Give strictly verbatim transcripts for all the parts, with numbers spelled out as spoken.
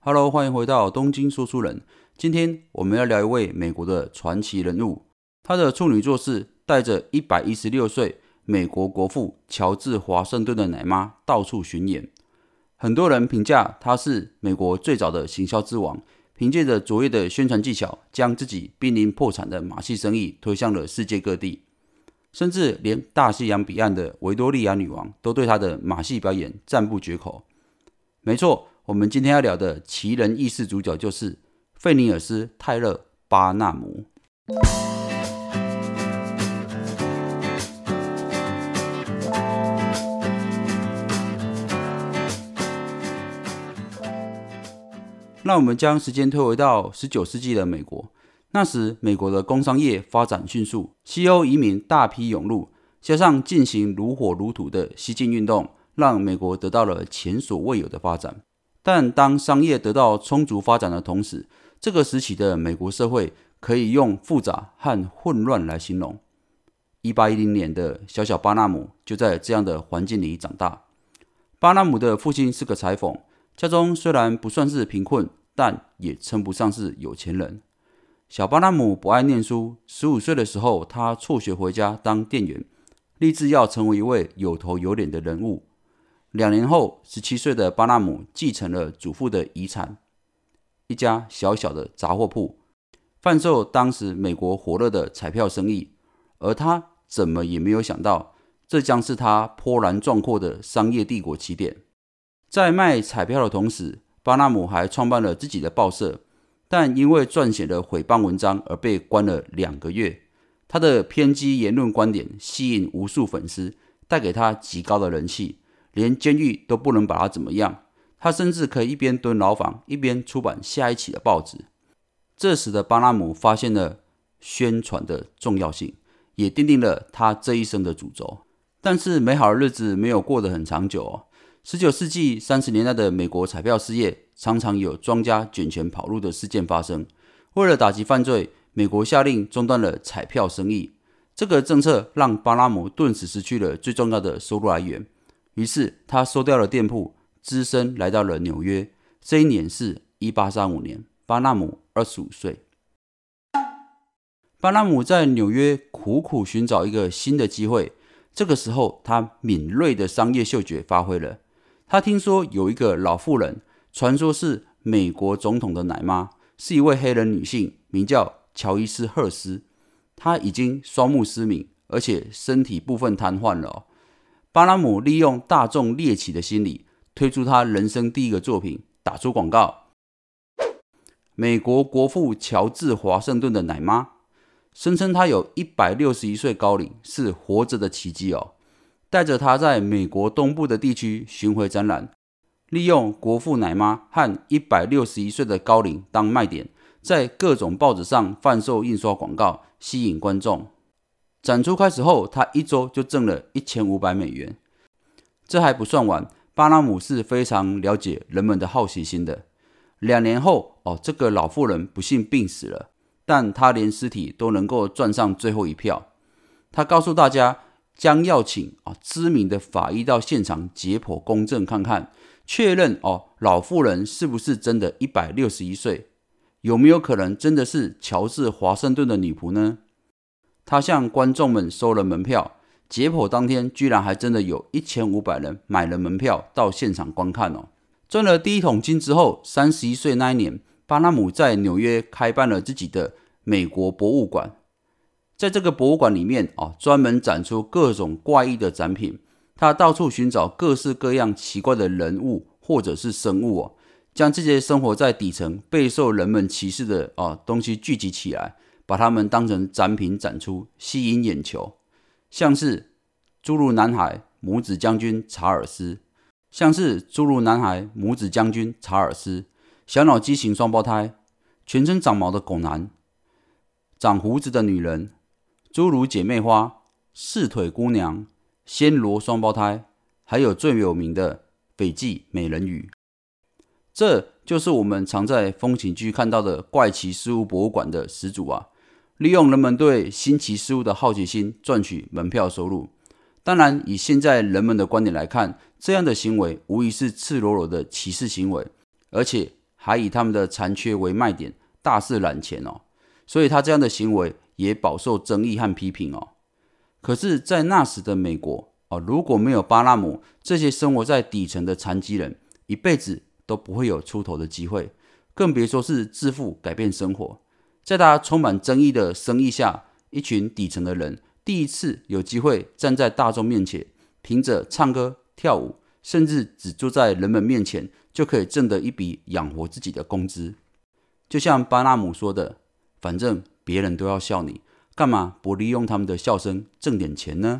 Hello， 欢迎回到东京说书人。今天我们要聊一位美国的传奇人物，他的处女作是带着一百一十六岁美国国父乔治华盛顿的奶妈到处巡演。很多人评价他是美国最早的行销之王，凭借着卓越的宣传技巧，将自己濒临破产的马戏生意推向了世界各地，甚至连大西洋彼岸的维多利亚女王都对他的马戏表演赞不绝口。没错，我们今天要聊的奇人异事主角就是费尼尔斯·泰勒·巴纳姆。那我们将时间推回到十九世纪的美国，那时美国的工商业发展迅速，西欧移民大批涌入，加上进行如火如荼的西进运动，让美国得到了前所未有的发展。但当商业得到充足发展的同时，这个时期的美国社会可以用复杂和混乱来形容。一八一零年的小小巴纳姆就在这样的环境里长大。巴纳姆的父亲是个裁缝，家中虽然不算是贫困，但也称不上是有钱人。小巴纳姆不爱念书，十五岁的时候他辍学回家当店员，立志要成为一位有头有脸的人物。两年后，十七岁的巴纳姆继承了祖父的遗产，一家小小的杂货铺，贩售当时美国火热的彩票生意。而他怎么也没有想到，这将是他波澜壮阔的商业帝国起点。在卖彩票的同时，巴纳姆还创办了自己的报社，但因为撰写了诽谤文章而被关了两个月。他的偏激言论观点吸引无数粉丝，带给他极高的人气，连监狱都不能把他怎么样。他甚至可以一边蹲牢房，一边出版下一期的报纸。这时的巴纳姆发现了宣传的重要性，也奠定了他这一生的主轴。但是美好的日子没有过得很长久哦。十九世纪三十年代的美国彩票事业常常有庄家卷钱跑路的事件发生。为了打击犯罪，美国下令中断了彩票生意。这个政策让巴纳姆顿时失去了最重要的收入来源，于是他收掉了店铺，只身来到了纽约。这一年是一八三五年，巴纳姆二十五岁。巴纳姆在纽约苦苦寻找一个新的机会，这个时候他敏锐的商业嗅觉发挥了。他听说有一个老妇人，传说是美国总统的奶妈，是一位黑人女性，名叫乔伊斯·赫斯。她已经双目失明，而且身体部分瘫痪了、哦。巴纳姆利用大众猎奇的心理，推出他人生第一个作品，打出广告：美国国父乔治华盛顿的奶妈，声称他有一百六十一岁高龄，是活着的奇迹哦。带着他在美国东部的地区巡回展览，利用国父奶妈和一百六十一岁的高龄当卖点，在各种报纸上贩售印刷广告，吸引观众。展出开始后，他一周就挣了一千五百美元。这还不算完，巴纳姆是非常了解人们的好奇心的。两年后，哦，这个老妇人不幸病死了，但他连尸体都能够赚上最后一票。他告诉大家，将要请、哦、知名的法医到现场解剖公证看看，确认、哦、老妇人是不是真的一百六十一岁，有没有可能真的是乔治华盛顿的女仆呢？他向观众们收了门票，解剖当天居然还真的有一千五百人买了门票到现场观看哦。赚了第一桶金之后，三十一岁那一年，巴纳姆在纽约开办了自己的美国博物馆。在这个博物馆里面、哦、专门展出各种怪异的展品。他到处寻找各式各样奇怪的人物或者是生物、哦、将这些生活在底层备受人们歧视的、哦、东西聚集起来，把它们当成展品展出，吸引眼球。像是侏儒男孩母子将军查尔斯，像是侏儒男孩母子将军查尔斯，小脑畸形双胞胎，全身长毛的狗男，长胡子的女人，侏儒姐妹花，四腿姑娘，暹罗双胞胎，还有最有名的斐济美人鱼。这就是我们常在风景区看到的怪奇事物博物馆的始祖啊！利用人们对新奇事物的好奇心赚取门票收入。当然，以现在人们的观点来看，这样的行为无疑是赤裸裸的歧视行为，而且还以他们的残缺为卖点，大肆揽钱哦，所以他这样的行为也饱受争议和批评哦。可是，在那时的美国哦，如果没有巴纳姆，这些生活在底层的残疾人，一辈子都不会有出头的机会，更别说是致富改变生活。在他充满争议的生意下，一群底层的人第一次有机会站在大众面前，凭着唱歌、跳舞，甚至只坐在人们面前，就可以挣得一笔养活自己的工资。就像巴纳姆说的，反正别人都要笑你，干嘛不利用他们的笑声挣点钱呢？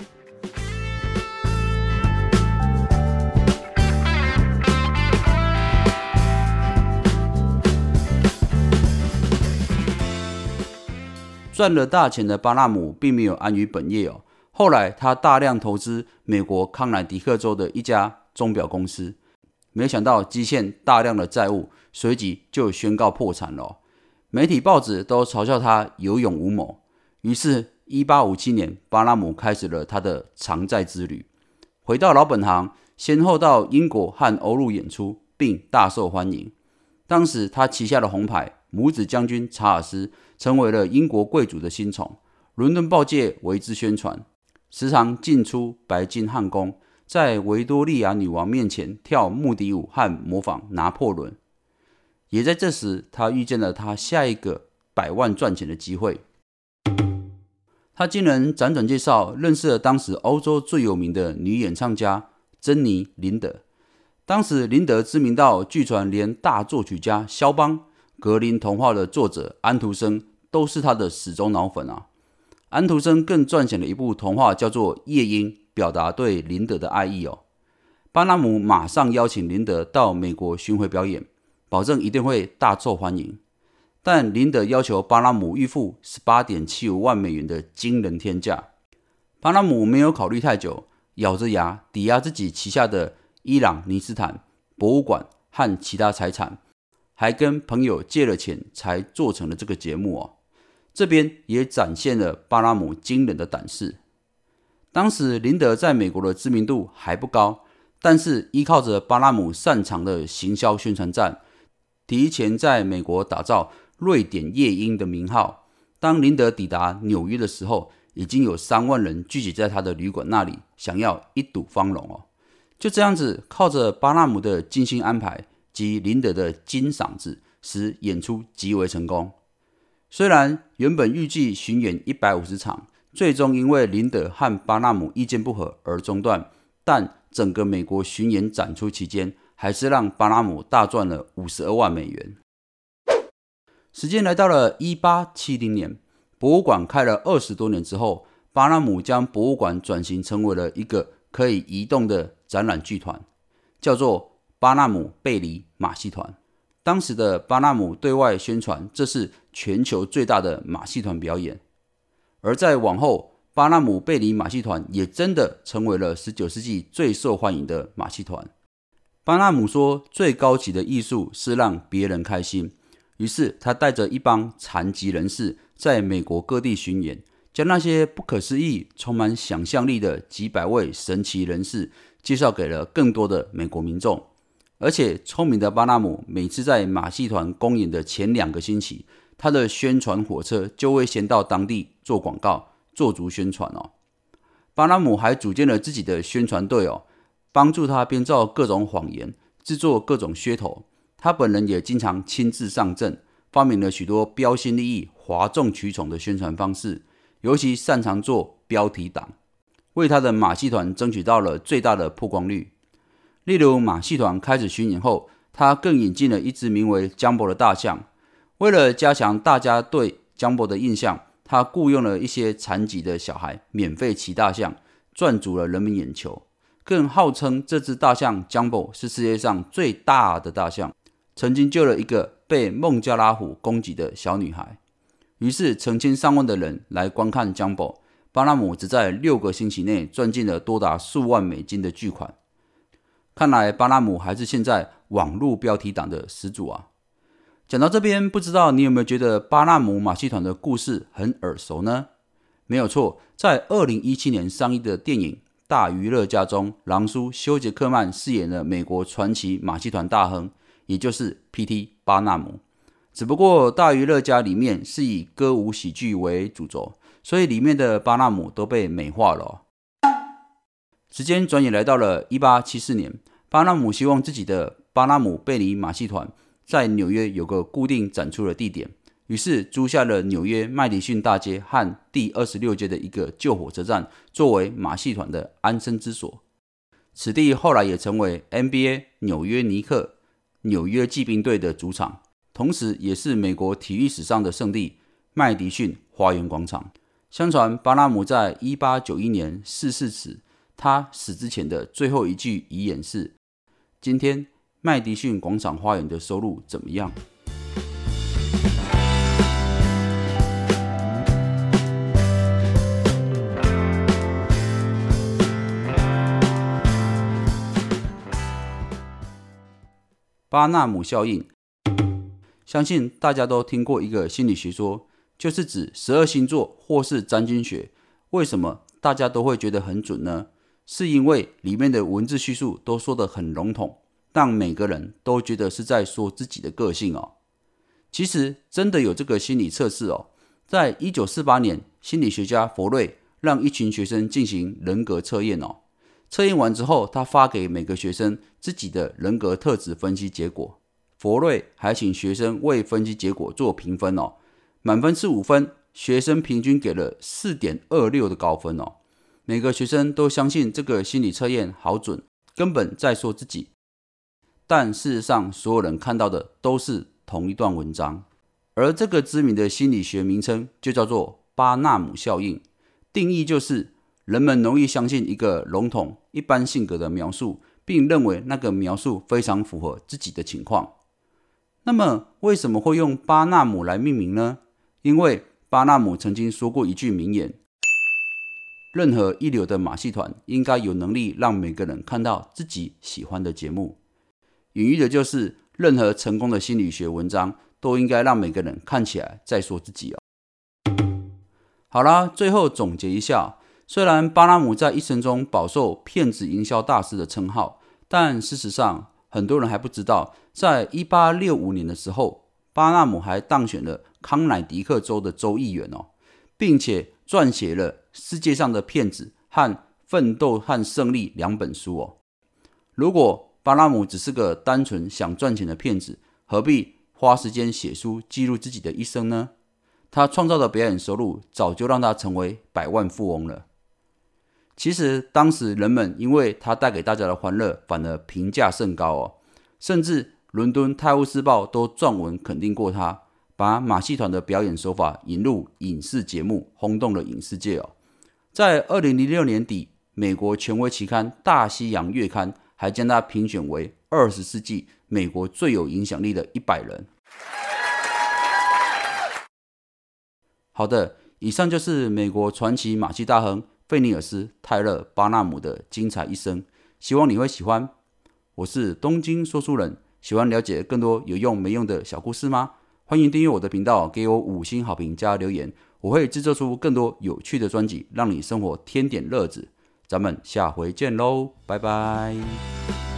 赚了大钱的巴纳姆并没有安于本业哦，后来他大量投资美国康乃狄克州的一家钟表公司，没想到积欠大量的债务，随即就宣告破产了哦。媒体报纸都嘲笑他有勇无谋，于是一八五七年巴纳姆开始了他的偿债之旅，回到老本行，先后到英国和欧陆演出，并大受欢迎。当时他旗下的红牌拇指将军查尔斯成为了英国贵族的新宠，伦敦报界为之宣传，时常进出白金汉宫，在维多利亚女王面前跳木笛舞和模仿拿破仑。也在这时，他遇见了他下一个百万赚钱的机会。他经人辗转介绍，认识了当时欧洲最有名的女演唱家珍妮·林德。当时林德知名到据传连大作曲家肖邦、格林童话的作者安徒生都是他的死忠脑粉啊。安徒生更撰写了一部童话叫做《夜莺》，表达对林德的爱意哦。巴纳姆马上邀请林德到美国巡回表演，保证一定会大受欢迎。但林德要求巴纳姆预付 十八点七五万美元的惊人天价。巴纳姆没有考虑太久，咬着牙抵押自己旗下的伊朗尼斯坦博物馆和其他财产，还跟朋友借了钱才做成了这个节目哦。这边也展现了巴纳姆惊人的胆识。当时林德在美国的知名度还不高，但是依靠着巴纳姆擅长的行销宣传战，提前在美国打造瑞典夜莺的名号。当林德抵达纽约的时候，已经有三万人聚集在他的旅馆那里，想要一睹芳容哦。就这样子，靠着巴纳姆的精心安排及林德的金嗓子，使演出极为成功。虽然原本预计巡演一百五十场，最终因为林德和巴纳姆意见不合而中断，但整个美国巡演展出期间，还是让巴纳姆大赚了五十二万美元。时间来到了一八七零年，博物馆开了二十多年之后，巴纳姆将博物馆转型成为了一个可以移动的展览剧团，叫做巴纳姆贝里马戏团。当时的巴纳姆对外宣传，这是全球最大的马戏团表演。而在往后，巴纳姆贝里马戏团也真的成为了十九世纪最受欢迎的马戏团。巴纳姆说，最高级的艺术是让别人开心，于是他带着一帮残疾人士在美国各地巡演，将那些不可思议、充满想象力的几百位神奇人士介绍给了更多的美国民众。而且聪明的巴纳姆每次在马戏团公演的前两个星期，他的宣传火车就会先到当地做广告，做足宣传哦。巴纳姆还组建了自己的宣传队哦，帮助他编造各种谎言，制作各种噱头。他本人也经常亲自上阵，发明了许多标新立异、哗众取宠的宣传方式，尤其擅长做标题党，为他的马戏团争取到了最大的曝光率。例如，马戏团开始巡演后，他更引进了一只名为江博的大象。为了加强大家对江博的印象，他雇佣了一些残疾的小孩免费骑大象，赚足了人们眼球。更号称这只大象江博是世界上最大的大象，曾经救了一个被孟加拉虎攻击的小女孩。于是成千上万的人来观看江博，巴纳姆只在六个星期内赚进了多达数万美金的巨款。看来巴纳姆还是现在网络标题党的始祖啊。讲到这边，不知道你有没有觉得巴纳姆马戏团的故事很耳熟呢？没有错，在二零一七年上映的电影《大娱乐家》中，狼叔休杰克曼饰演了美国传奇马戏团大亨， 也就是 P T 巴纳姆。只不过大娱乐家里面是以歌舞喜剧为主轴，所以里面的巴纳姆都被美化了哦。时间转眼来到了一八七四年，巴纳姆希望自己的巴纳姆贝尼马戏团在纽约有个固定展出的地点，于是租下了纽约麦迪逊大街和第二十六街的一个旧火车站，作为马戏团的安身之所。此地后来也成为 N B A 纽约尼克纽约骑兵队的主场，同时也是美国体育史上的圣地麦迪逊花园广场。相传巴纳姆在一八九一年逝世时，他死之前的最后一句遗言是：今天麦迪逊广场花园的收入怎么样？巴纳姆效应，相信大家都听过一个心理学说，就是指十二星座或是占星学。为什么大家都会觉得很准呢？是因为里面的文字叙述都说得很笼统，让每个人都觉得是在说自己的个性哦。其实真的有这个心理测试哦。在一九四八年，心理学家弗瑞让一群学生进行人格测验哦。测验完之后，他发给每个学生自己的人格特质分析结果。弗瑞还请学生为分析结果做评分哦，满分是五分，学生平均给了 四点二六 的高分哦。每个学生都相信这个心理测验好准，根本在说自己。但事实上，所有人看到的都是同一段文章。而这个知名的心理学名称就叫做巴纳姆效应，定义就是人们容易相信一个笼统一般性格的描述，并认为那个描述非常符合自己的情况。那么为什么会用巴纳姆来命名呢？因为巴纳姆曾经说过一句名言，任何一流的马戏团应该有能力让每个人看到自己喜欢的节目，隐喻的就是任何成功的心理学文章都应该让每个人看起来在说自己哦。好啦，最后总结一下，虽然巴纳姆在一生中饱受骗子营销大师的称号，但事实上很多人还不知道，在一八六五年的时候，巴纳姆还当选了康乃狄克州的州议员哦，并且撰写了《世界上的骗子》和《奋斗和胜利》两本书哦。如果巴纳姆只是个单纯想赚钱的骗子，何必花时间写书记录自己的一生呢？他创造的表演收入早就让他成为百万富翁了。其实当时人们因为他带给大家的欢乐，反而评价甚高哦，甚至伦敦泰晤士报都撰文肯定过他，把马戏团的表演手法引入影视节目，轰动了影视界哦。在二零零六年底，美国权威期刊《大西洋月刊》还将他评选为二十世纪美国最有影响力的一百人。好的，以上就是美国传奇马戏大亨费尼尔斯·泰勒·巴纳姆的精彩一生，希望你会喜欢。我是东京说书人，喜欢了解更多有用没用的小故事吗？欢迎订阅我的频道，给我五星好评加留言，我会制作出更多有趣的专辑，让你生活添点乐子。咱们下回见喽，拜拜。